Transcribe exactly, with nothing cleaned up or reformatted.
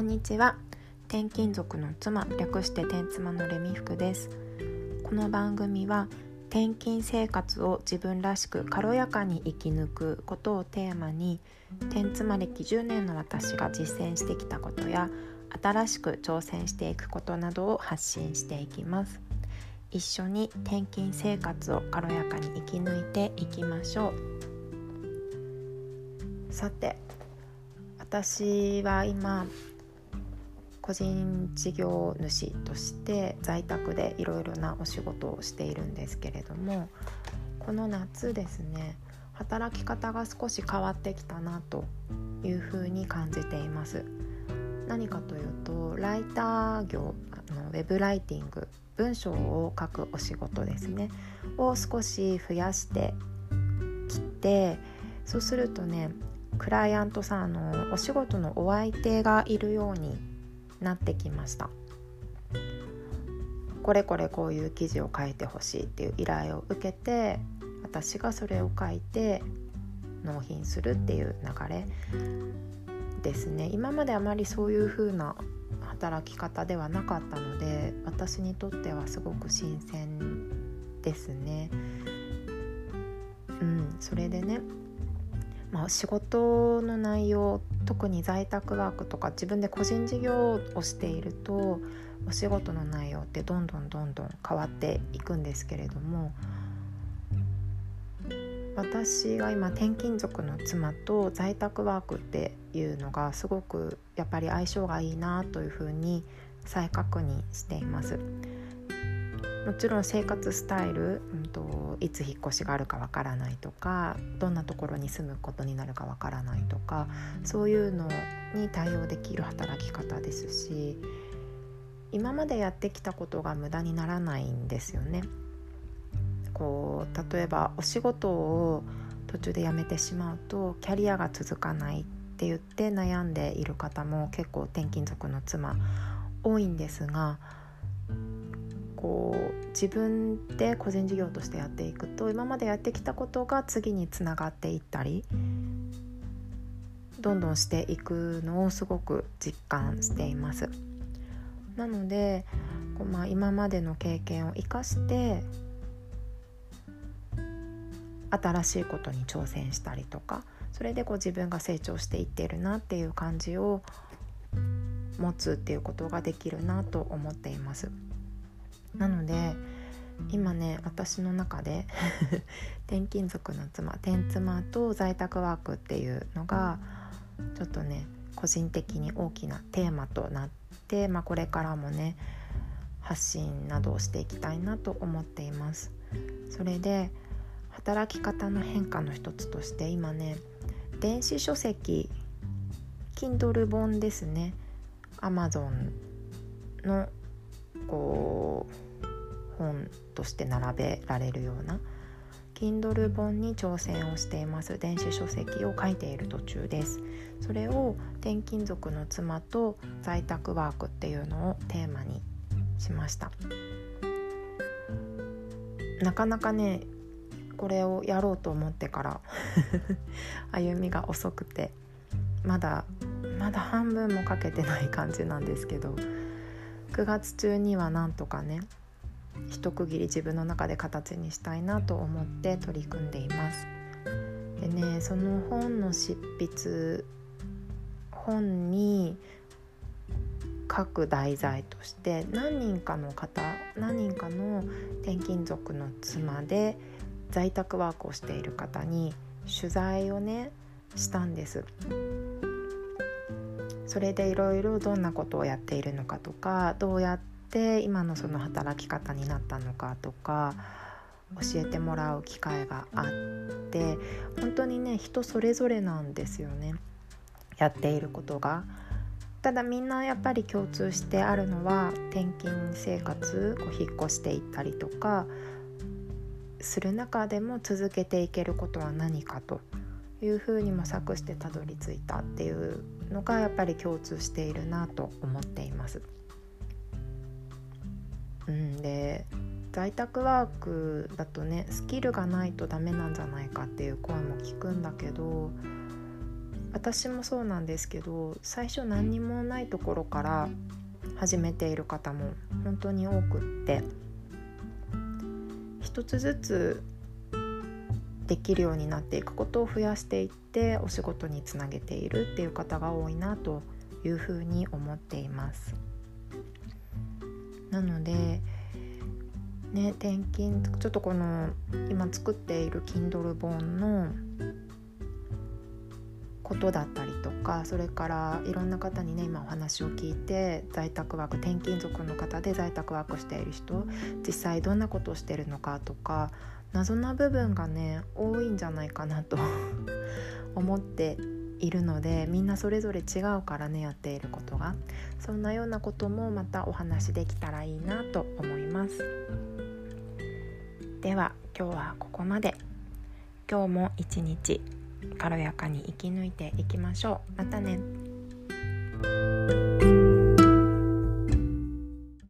こんにちは。転勤族の妻、略して転妻のレミフクです。この番組は転勤生活を自分らしく軽やかに生き抜くことをテーマに、転妻歴じゅうねんの私が実践してきたことや新しく挑戦していくことなどを発信していきます。一緒に転勤生活を軽やかに生き抜いていきましょう。さて、私は今個人事業主として在宅でいろいろなお仕事をしているんですけれども、この夏ですね、働き方が少し変わってきたなというふうに感じています。何かというと、ライター業、あのウェブライティング、文章を書くお仕事ですねを少し増やしてきて、そうするとね、クライアントさん、あのお仕事のお相手がいるようになってきました。これこれこういう記事を書いてほしいっていう依頼を受けて、私がそれを書いて納品するっていう流れですね。今まであまりそういう風な働き方ではなかったので、私にとってはすごく新鮮ですね。うん、それでね、まあ、仕事の内容、特に在宅ワークとか自分で個人事業をしていると、お仕事の内容ってどんどんどんどん変わっていくんですけれども、私が今転勤族の妻と在宅ワークっていうのがすごくやっぱり相性がいいなというふうに再確認しています。もちろん生活スタイル、うんと、いつ引っ越しがあるかわからないとか、どんなところに住むことになるかわからないとか、そういうのに対応できる働き方ですし、今までやってきたことが無駄にならないんですよね。こう例えばお仕事を途中で辞めてしまうとキャリアが続かないって言って悩んでいる方も結構転勤族の妻多いんですが、こう自分で個人事業としてやっていくと、今までやってきたことが次につながっていったりどんどんしていくのをすごく実感しています。なのでこう、まあ、今までの経験を生かして新しいことに挑戦したりとか、それでこう自分が成長していっているなっていう感じを持つっていうことができるなと思っています。なので今ね、私の中で転勤族の妻、転妻と在宅ワークっていうのがちょっとね、個人的に大きなテーマとなって、まあ、これからもね発信などをしていきたいなと思っています。それで働き方の変化の一つとして、今ね、電子書籍 Kindle 本ですね、 Amazon のこう本として並べられるような Kindle 本に挑戦をしています。電子書籍を書いている途中です。それを転勤族の妻と在宅ワークっていうのをテーマにしました。なかなかね、これをやろうと思ってから歩みが遅くて、まだまだ半分もかけてない感じなんですけど、くがつ中にはなんとかね、一区切り自分の中で形にしたいなと思って取り組んでいます。でね、その本の執筆、本に書く題材として何人かの方、何人かの転勤族の妻で在宅ワークをしている方に取材をねしたんです。それでいろいろどんなことをやっているのかとか、どうやって今のその働き方になったのかとか教えてもらう機会があって、本当にね、人それぞれなんですよね、やっていることが。ただみんなやっぱり共通してあるのは、転勤生活、こう引っ越していったりとかする中でも続けていけることは何かというふうに模索してたどり着いたっていうのがやっぱり共通しているなと思っています。うん、で在宅ワークだとね、スキルがないとダメなんじゃないかっていう声も聞くんだけど、 私もそうなんですけど、最初何にもないところから始めている方も本当に多くって、一つずつできるようになっていくことを増やしていってお仕事につなげているっていう方が多いなというふうに思っています。なのでね、転勤ちょっとこの今作っている Kindle 本のことだったりとか、それからいろんな方にね今お話を聞いて、在宅ワーク転勤族の方で在宅ワークしている人、実際どんなことをしているのかとか、謎な部分がね多いんじゃないかなと思っているので、みんなそれぞれ違うからね、やっていることが。そんなようなこともまたお話できたらいいなと思います。では今日はここまで。今日も一日軽やかに生き抜いていきましょう。またね。